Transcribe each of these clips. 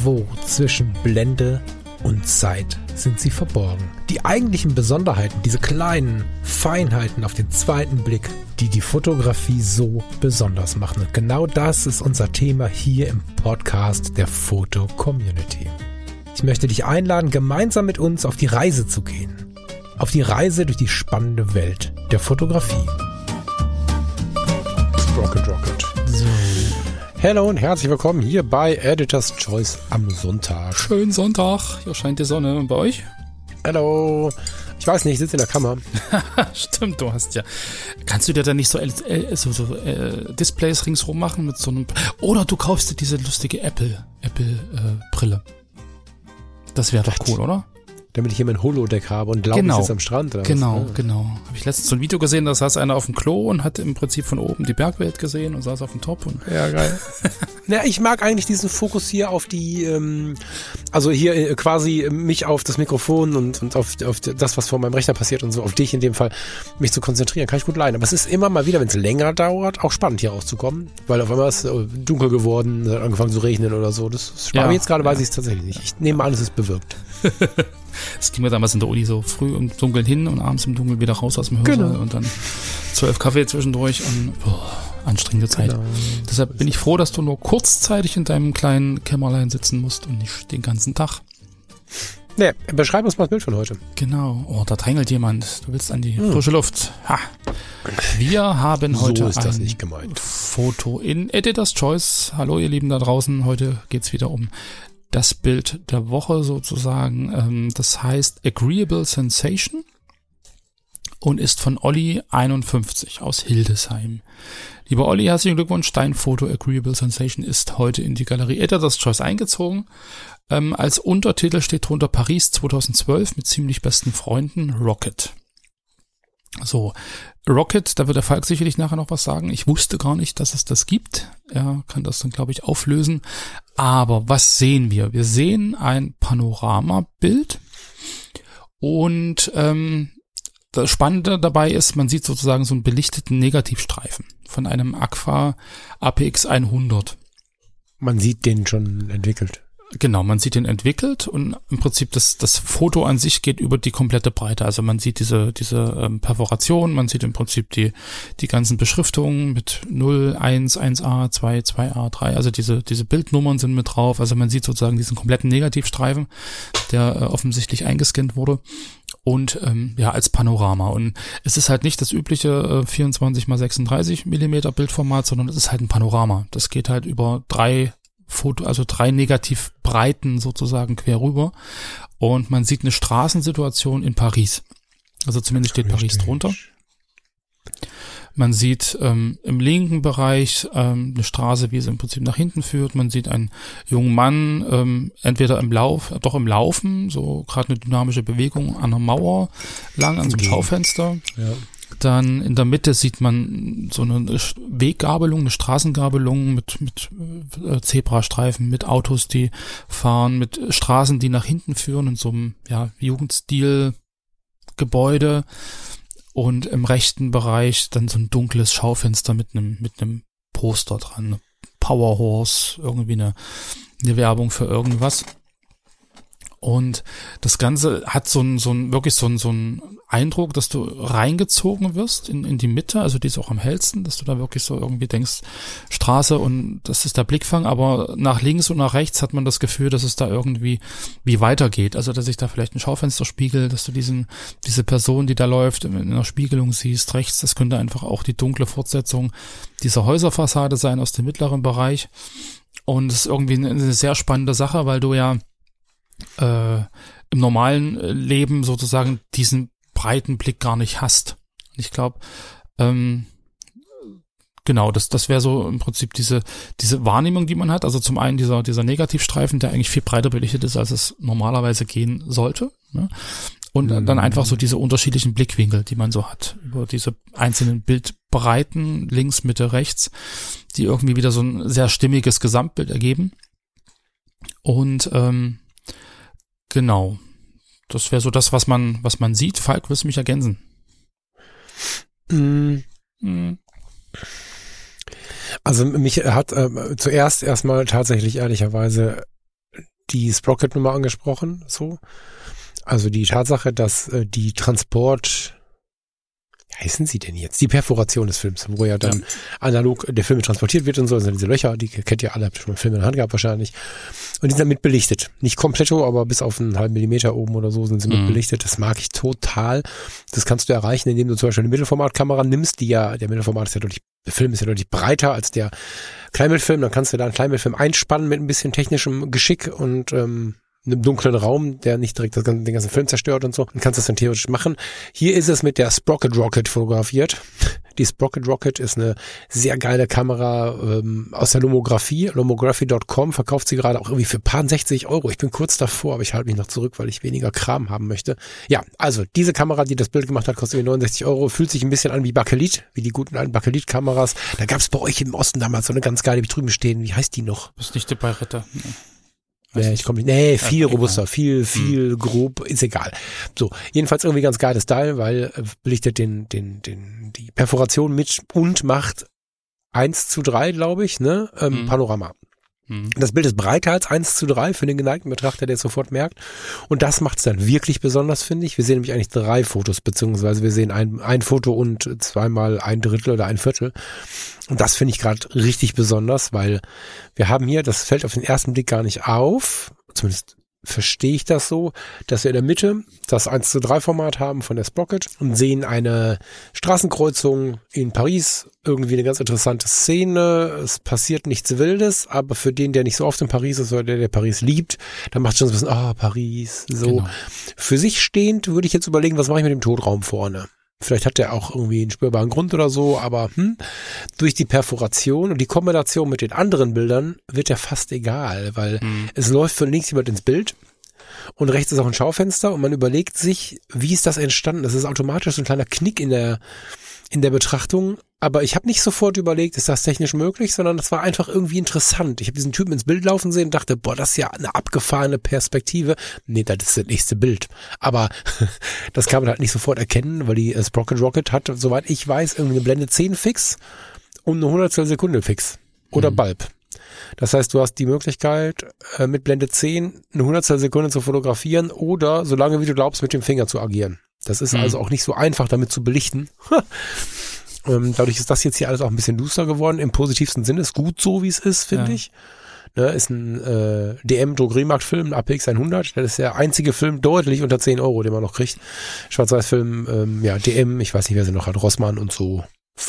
Irgendwo zwischen Blende und Zeit sind sie verborgen. Die eigentlichen Besonderheiten, diese kleinen Feinheiten auf den zweiten Blick, die die Fotografie so besonders machen. Und genau das ist unser Thema hier im Podcast der Foto-Community. Ich möchte dich einladen, gemeinsam mit uns auf die Reise zu gehen. Auf die Reise durch die spannende Welt der Fotografie. Rocket. So. Hallo und herzlich willkommen hier bei Editor's Choice am Sonntag. Schönen Sonntag, hier scheint die Sonne. Und bei euch? Hallo. Ich weiß nicht, ich sitze in der Kammer. Stimmt, du hast ja. Kannst du dir da nicht so Displays ringsrum machen mit so einem. Oder du kaufst dir diese lustige Apple-Brille. Das wäre doch cool, oder? Damit ich hier mein Holodeck habe und glaube, ich sitze am Strand. Oder genau. Habe ich letztens so ein Video gesehen, da saß einer auf dem Klo und hat im Prinzip von oben die Bergwelt gesehen und saß auf dem Top. Und ja, geil. Ja, ich mag eigentlich diesen Fokus hier auf die, also hier quasi mich auf das Mikrofon und auf das, was vor meinem Rechner passiert und so, auf dich in dem Fall, mich zu konzentrieren, kann ich gut leiden. Aber es ist immer mal wieder, wenn es länger dauert, auch spannend hier rauszukommen, weil auf einmal ist es dunkel geworden, es hat angefangen zu regnen oder so. Das ist spannend. Aber jetzt gerade weiß ich es tatsächlich nicht. Ich nehme an, es ist bewirkt. Das ging mir damals in der Uni so früh im Dunkeln hin und abends im Dunkeln wieder raus aus dem Hörsaal und dann 12 Kaffee zwischendurch und anstrengende Zeit. Genau. Deshalb bin ich froh, dass du nur kurzzeitig in deinem kleinen Kämmerlein sitzen musst und nicht den ganzen Tag. Ne, beschreib uns mal das Bild von heute. Genau. Oh, da drängelt jemand. Du willst an die frische Luft. Ha. Wir haben heute ein Foto in Editor's Choice. Hallo ihr Lieben da draußen. Heute geht's wieder um das Bild der Woche sozusagen. Das heißt Agreeable Sensation und ist von Olli51 aus Hildesheim. Lieber Olli, herzlichen Glückwunsch. Dein Foto Agreeable Sensation ist heute in die Galerie Editor's Choice eingezogen. Als Untertitel steht drunter Paris 2012 mit ziemlich besten Freunden, Rocket. So, Rocket, da wird der Falk sicherlich nachher noch was sagen. Ich wusste gar nicht, dass es das gibt. Er kann das dann, glaube ich, auflösen. Aber was sehen wir? Wir sehen ein Panoramabild und das Spannende dabei ist, man sieht sozusagen so einen belichteten Negativstreifen von einem Agfa APX 100. Man sieht den schon entwickelt. Genau, man sieht den entwickelt und im Prinzip das Foto an sich geht über die komplette Breite. Also man sieht diese Perforation, man sieht im Prinzip die ganzen Beschriftungen mit 0, 1, 1a, 2, 2a, 3. Also diese Bildnummern sind mit drauf. Also man sieht sozusagen diesen kompletten Negativstreifen, der offensichtlich eingescannt wurde. Und als Panorama. Und es ist halt nicht das übliche 24x36 Millimeter Bildformat, sondern es ist halt ein Panorama. Das geht halt über drei Negativbreiten sozusagen quer rüber. Und man sieht eine Straßensituation in Paris. Also zumindest steht Paris drunter. Man sieht im linken Bereich eine Straße, wie sie im Prinzip nach hinten führt. Man sieht einen jungen Mann, entweder im Laufen, so gerade eine dynamische Bewegung an einer Mauer lang, an so einem Schaufenster. Ja. Dann in der Mitte sieht man so eine Weggabelung, eine Straßengabelung mit Zebrastreifen, mit Autos, die fahren, mit Straßen, die nach hinten führen in so einem Jugendstil-Gebäude. Und im rechten Bereich dann so ein dunkles Schaufenster mit einem Poster dran. Power Horse, irgendwie eine Werbung für irgendwas. Und das Ganze hat wirklich so einen Eindruck, dass du reingezogen wirst in die Mitte, also die ist auch am hellsten, dass du da wirklich so irgendwie denkst, Straße und das ist der Blickfang, aber nach links und nach rechts hat man das Gefühl, dass es da irgendwie wie weitergeht, also dass sich da vielleicht ein Schaufenster spiegelt, dass du diese Person, die da läuft, in einer Spiegelung siehst, rechts, das könnte einfach auch die dunkle Fortsetzung dieser Häuserfassade sein aus dem mittleren Bereich und es ist irgendwie eine sehr spannende Sache, weil du ja im normalen Leben sozusagen diesen breiten Blick gar nicht hast. Ich glaube, genau, das wäre so im Prinzip diese Wahrnehmung, die man hat. Also zum einen dieser Negativstreifen, der eigentlich viel breiter belichtet ist, als es normalerweise gehen sollte. Ne? Und dann einfach so diese unterschiedlichen Blickwinkel, die man so hat, über diese einzelnen Bildbreiten, links, Mitte, rechts, die irgendwie wieder so ein sehr stimmiges Gesamtbild ergeben. Und genau, das wäre so das, was man sieht. Falk, willst du mich ergänzen? Also mich hat zuerst erstmal tatsächlich ehrlicherweise die Sprocket-Nummer angesprochen, so. Also die Tatsache, dass die wie heißen sie denn jetzt? Die Perforation des Films, wo ja dann analog der Film transportiert wird und so, also diese Löcher, die kennt ihr alle, habt ihr schon mal Filme in der Hand gehabt wahrscheinlich. Und die sind damit belichtet. Nicht kompletto, aber bis auf einen halben Millimeter oben oder so sind sie mit belichtet. Das mag ich total. Das kannst du erreichen, indem du zum Beispiel eine Mittelformatkamera nimmst, der Mittelformat ist ja der Film ist ja deutlich breiter als der Kleinbildfilm. Dann kannst du da einen Kleinbildfilm einspannen mit ein bisschen technischem Geschick und einem dunklen Raum, der nicht direkt den ganzen Film zerstört und so. Dann kannst du das dann theoretisch machen. Hier ist es mit der Sprocket Rocket fotografiert. Die Sprocket Rocket ist eine sehr geile Kamera aus der Lomography. Lomography.com verkauft sie gerade auch irgendwie für paar 60 €. Ich bin kurz davor, aber ich halte mich noch zurück, weil ich weniger Kram haben möchte. Ja, also diese Kamera, die das Bild gemacht hat, kostet irgendwie 69 €. Fühlt sich ein bisschen an wie Bakelit, wie die guten alten Bakelit-Kameras. Da gab es bei euch im Osten damals so eine ganz geile, wie drüben stehen. Wie heißt die noch? Das ist nicht der Bayretter. Viel robuster, viel grob, ist egal. So, jedenfalls irgendwie ganz geiles Teil, weil belichtet die Perforation mit und macht 1:3, glaube ich, ne, Panorama. Das Bild ist breiter als 1:3 für den geneigten Betrachter, der es sofort merkt. Und das macht es dann wirklich besonders, finde ich. Wir sehen nämlich eigentlich 3 Fotos, beziehungsweise wir sehen ein Foto und zweimal 1/3 oder 1/4. Und das finde ich gerade richtig besonders, weil wir haben hier, das fällt auf den ersten Blick gar nicht auf, zumindest verstehe ich das so, dass wir in der Mitte das 1:3 Format haben von der Sprocket und sehen eine Straßenkreuzung in Paris, irgendwie eine ganz interessante Szene, es passiert nichts Wildes, aber für den, der nicht so oft in Paris ist oder der Paris liebt, dann macht schon so ein bisschen, Paris, so. Genau. Für sich stehend würde ich jetzt überlegen, was mache ich mit dem Todraum vorne? Vielleicht hat der auch irgendwie einen spürbaren Grund oder so, aber durch die Perforation und die Kombination mit den anderen Bildern wird der fast egal, weil es läuft von links jemand ins Bild und rechts ist auch ein Schaufenster und man überlegt sich, wie ist das entstanden? Das ist automatisch so ein kleiner Knick in der Betrachtung, aber ich habe nicht sofort überlegt, ist das technisch möglich, sondern das war einfach irgendwie interessant. Ich habe diesen Typen ins Bild laufen sehen und dachte, das ist ja eine abgefahrene Perspektive. Nee, das ist das nächste Bild. Aber das kann man halt nicht sofort erkennen, weil die Sprocket Rocket hat, soweit ich weiß, irgendwie eine Blende 10 fix und eine 100stel Sekunde fix. Oder Bulb. Das heißt, du hast die Möglichkeit, mit Blende 10 eine 100stel Sekunde zu fotografieren oder, solange wie du glaubst, mit dem Finger zu agieren. Das ist also auch nicht so einfach, damit zu belichten. Dadurch ist das jetzt hier alles auch ein bisschen duster geworden. Im positivsten Sinne ist gut so, wie es ist, finde ich. Ne, ist ein DM-Drogeriemarkt-Film, ein APX 100. Das ist der einzige Film deutlich unter 10 €, den man noch kriegt. Schwarz-Weiß-Film, DM, ich weiß nicht, wer sie noch hat, Rossmann und so.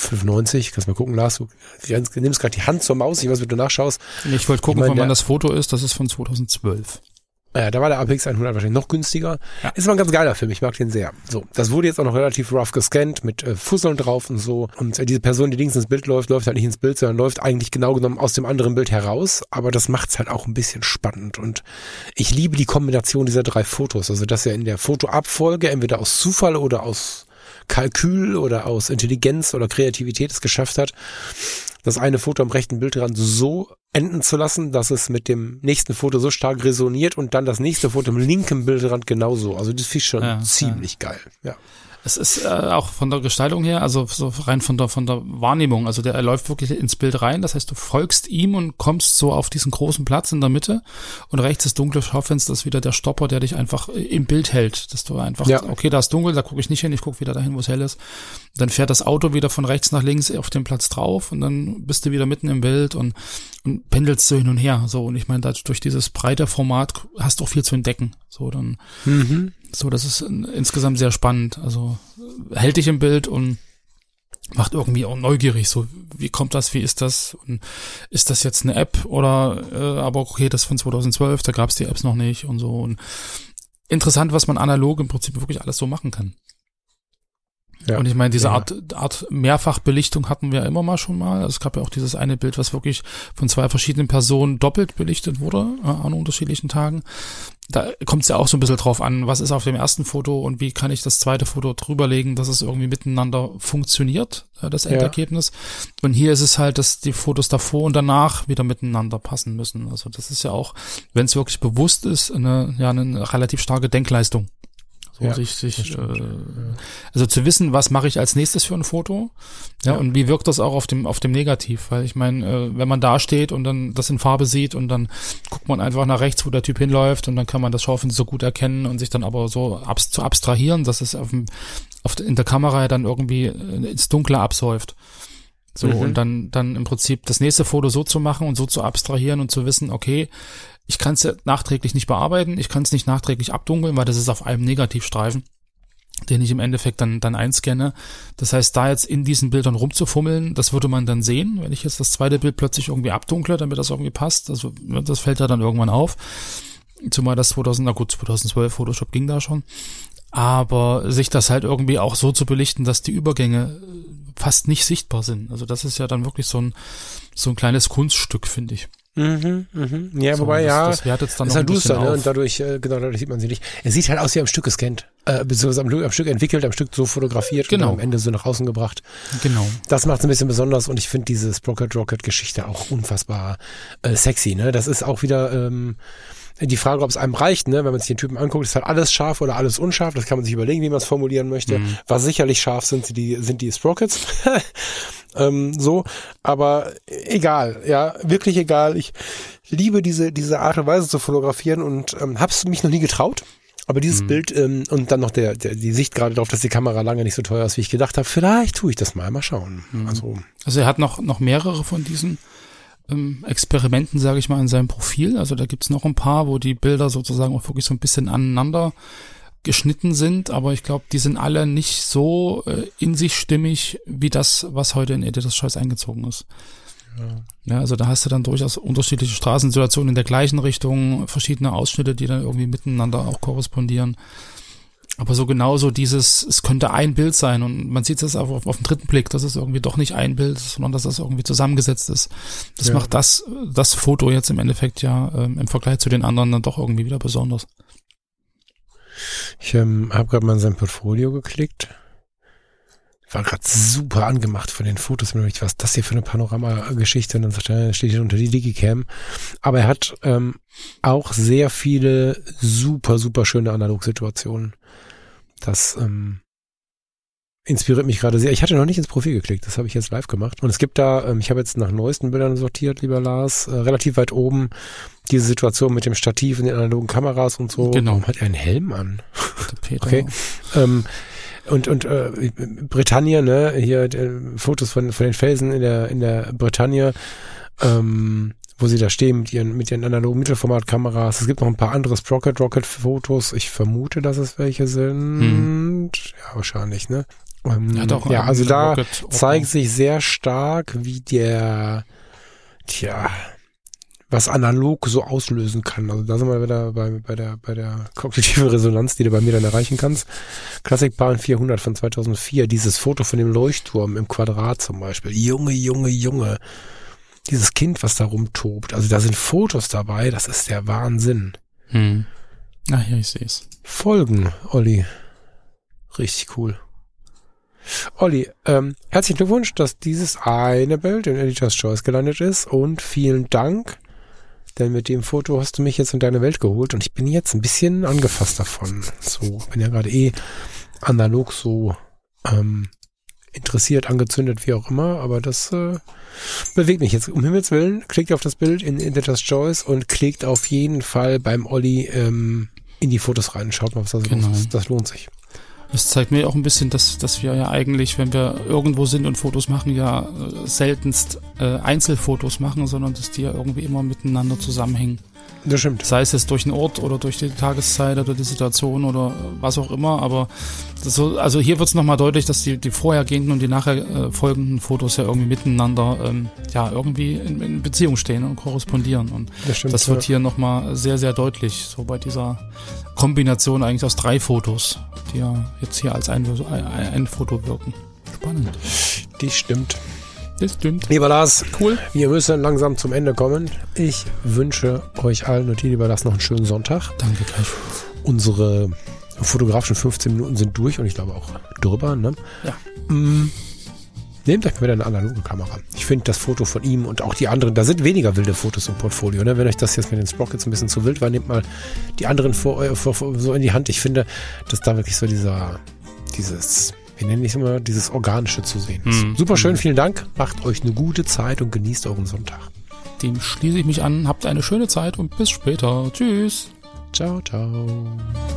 95, kannst mal gucken, Lars, du nimmst gerade die Hand zur Maus, ich weiß, wie du nachschaust. Ich wollte gucken, wann das Foto ist, das ist von 2012. Ja, da war der APX 100 wahrscheinlich noch günstiger. Ja. Ist aber ein ganz geiler Film, ich mag den sehr. So, das wurde jetzt auch noch relativ rough gescannt mit Fusseln drauf und so. Und diese Person, die links ins Bild läuft halt nicht ins Bild, sondern läuft eigentlich genau genommen aus dem anderen Bild heraus. Aber das macht's halt auch ein bisschen spannend. Und ich liebe die Kombination dieser 3 Fotos. Also, dass er in der Fotoabfolge entweder aus Zufall oder aus Kalkül oder aus Intelligenz oder Kreativität es geschafft hat, das eine Foto am rechten Bildrand so enden zu lassen, dass es mit dem nächsten Foto so stark resoniert und dann das nächste Foto im linken Bildrand genauso. Also das finde ich schon ziemlich geil. Ja. Es ist auch von der Gestaltung her, also so rein von der Wahrnehmung, also er läuft wirklich ins Bild rein, das heißt, du folgst ihm und kommst so auf diesen großen Platz in der Mitte und rechts das dunkle Schaufenster ist wieder der Stopper, der dich einfach im Bild hält, dass du einfach, okay, da ist dunkel, da gucke ich nicht hin, ich gucke wieder dahin, wo es hell ist. Dann fährt das Auto wieder von rechts nach links auf den Platz drauf und dann bist du wieder mitten im Bild und pendelst so hin und her, so, und ich meine, durch dieses breite Format hast du auch viel zu entdecken, so, dann, so, das ist insgesamt sehr spannend, also hält dich im Bild und macht irgendwie auch neugierig, so, wie kommt das, wie ist das, und ist das jetzt eine App oder, aber okay, das von 2012, da gab es die Apps noch nicht und so, und interessant, was man analog im Prinzip wirklich alles so machen kann. Ja, und ich meine, diese Art Mehrfachbelichtung hatten wir immer mal schon mal. Also es gab ja auch dieses eine Bild, was wirklich von 2 verschiedenen Personen doppelt belichtet wurde, an unterschiedlichen Tagen. Da kommt es ja auch so ein bisschen drauf an, was ist auf dem ersten Foto und wie kann ich das zweite Foto drüberlegen, dass es irgendwie miteinander funktioniert, das Endergebnis. Ja. Und hier ist es halt, dass die Fotos davor und danach wieder miteinander passen müssen. Also das ist ja auch, wenn es wirklich bewusst ist, eine relativ starke Denkleistung. Also zu wissen, was mache ich als nächstes für ein Foto, und wie wirkt das auch auf dem Negativ, weil ich meine, wenn man da steht und dann das in Farbe sieht und dann guckt man einfach nach rechts, wo der Typ hinläuft und dann kann man das Schaufeln so gut erkennen und sich dann aber so zu abstrahieren, dass es in der Kamera dann irgendwie ins Dunkle absäuft. So, und dann im Prinzip das nächste Foto so zu machen und so zu abstrahieren und zu wissen, okay, ich kann es ja nachträglich nicht bearbeiten, ich kann es nicht nachträglich abdunkeln, weil das ist auf einem Negativstreifen, den ich im Endeffekt dann einscanne. Das heißt, da jetzt in diesen Bildern rumzufummeln, das würde man dann sehen, wenn ich jetzt das zweite Bild plötzlich irgendwie abdunkle, damit das irgendwie passt. Also das fällt ja dann irgendwann auf. Zumal das 2012 Photoshop ging da schon. Aber sich das halt irgendwie auch so zu belichten, dass die Übergänge fast nicht sichtbar sind. Also das ist ja dann wirklich so ein kleines Kunststück, finde ich. Ja, so, wobei, das wertet dann ist noch halt duster, ne? Und dadurch sieht man sie nicht. Es sieht halt aus wie am Stück gescannt, beziehungsweise am Stück entwickelt, am Stück so fotografiert und am Ende so nach außen gebracht. Genau. Das macht es ein bisschen besonders und ich finde diese Sprocket-Rocket-Geschichte auch unfassbar sexy, ne? Das ist auch wieder die Frage, ob es einem reicht, ne? Wenn man sich den Typen anguckt, ist halt alles scharf oder alles unscharf. Das kann man sich überlegen, wie man es formulieren möchte. Was sicherlich scharf sind die Sprockets. So, aber egal, ja, wirklich egal. Ich liebe diese Art und Weise zu fotografieren und hab's mich noch nie getraut. Aber dieses Bild und dann noch die Sicht gerade darauf, dass die Kamera lange nicht so teuer ist, wie ich gedacht habe, vielleicht tue ich das mal schauen. Also er hat noch mehrere von diesen Experimenten, sage ich mal, in seinem Profil. Also da gibt's noch ein paar, wo die Bilder sozusagen auch wirklich so ein bisschen aneinander geschnitten sind, aber ich glaube, die sind alle nicht so in sich stimmig wie das, was heute in Editor's Choice eingezogen ist. Ja, also da hast du dann durchaus unterschiedliche Straßensituationen in der gleichen Richtung, verschiedene Ausschnitte, die dann irgendwie miteinander auch korrespondieren. Aber so genauso es könnte ein Bild sein und man sieht das auf den dritten Blick, dass es irgendwie doch nicht ein Bild ist, sondern dass das irgendwie zusammengesetzt ist. Das macht das Foto jetzt im Endeffekt im Vergleich zu den anderen dann doch irgendwie wieder besonders. Ich habe gerade mal in sein Portfolio geklickt. War gerade super angemacht von den Fotos. Was ist das hier für eine Panoramageschichte? Und dann sagt er, steht hier unter die Digicam. Aber er hat auch sehr viele super, super schöne Analogsituationen. Das inspiriert mich gerade sehr. Ich hatte noch nicht ins Profil geklickt, das habe ich jetzt live gemacht. Und es gibt da, ich habe jetzt nach neuesten Bildern sortiert, lieber Lars, relativ weit oben diese Situation mit dem Stativ in den analogen Kameras und so. Genau. Warum hat er einen Helm an? Der Peter. Okay. Und Bretagne, ne, hier Fotos von den Felsen in der Bretagne, wo sie da stehen mit ihren analogen Mittelformatkameras. Es gibt noch ein paar andere Sprocket-Rocket-Fotos. Ich vermute, dass es welche sind. Ja, wahrscheinlich, ne? Also da zeigt sich sehr stark, wie was analog so auslösen kann. Also da sind wir wieder bei der kognitiven Resonanz, die du bei mir dann erreichen kannst. Klassikbahn 400 von 2004, dieses Foto von dem Leuchtturm im Quadrat zum Beispiel. Junge. Dieses Kind, was da rumtobt. Also da sind Fotos dabei, das ist der Wahnsinn. Ach ja, ich sehe es. Folgen, Olli. Richtig cool. Olli, herzlichen Glückwunsch, dass dieses eine Bild in Editor's Choice gelandet ist und vielen Dank, denn mit dem Foto hast du mich jetzt in deine Welt geholt und ich bin jetzt ein bisschen angefasst davon. So, bin ja gerade analog so interessiert, angezündet, wie auch immer, aber das bewegt mich jetzt. Um Himmels Willen, klickt auf das Bild in Editor's Choice und klickt auf jeden Fall beim Olli in die Fotos rein. Schaut mal, was da los ist. Das lohnt sich. Das zeigt mir auch ein bisschen, dass wir ja eigentlich, wenn wir irgendwo sind und Fotos machen, ja seltenst Einzelfotos machen, sondern dass die ja irgendwie immer miteinander zusammenhängen. Das stimmt. Sei es jetzt durch den Ort oder durch die Tageszeit oder die Situation oder was auch immer, aber also hier wird es nochmal deutlich, dass die vorhergehenden und die nachher folgenden Fotos ja irgendwie miteinander irgendwie in Beziehung stehen und korrespondieren und das wird hier nochmal sehr, sehr deutlich, so bei dieser Kombination eigentlich aus 3 Fotos, die ja jetzt hier als ein Foto wirken. Spannend. Die stimmt. Das stimmt. Lieber Lars, cool. Wir müssen langsam zum Ende kommen. Ich wünsche euch allen und dir, lieber Lars, noch einen schönen Sonntag. Danke gleich. Unsere fotografischen 15 Minuten sind durch und ich glaube auch drüber, ne? Ja. nehmt euch mal wieder eine analoge Kamera. Ich finde das Foto von ihm und auch die anderen, da sind weniger wilde Fotos im Portfolio. Ne? Wenn euch das jetzt mit den Sprockets ein bisschen zu wild war, nehmt mal die anderen so in die Hand. Ich finde, dass da wirklich so dieses, wie nenne ich es immer, dieses Organische zu sehen ist. Super schön, vielen Dank. Macht euch eine gute Zeit und genießt euren Sonntag. Dem schließe ich mich an. Habt eine schöne Zeit und bis später. Tschüss. Ciao, ciao.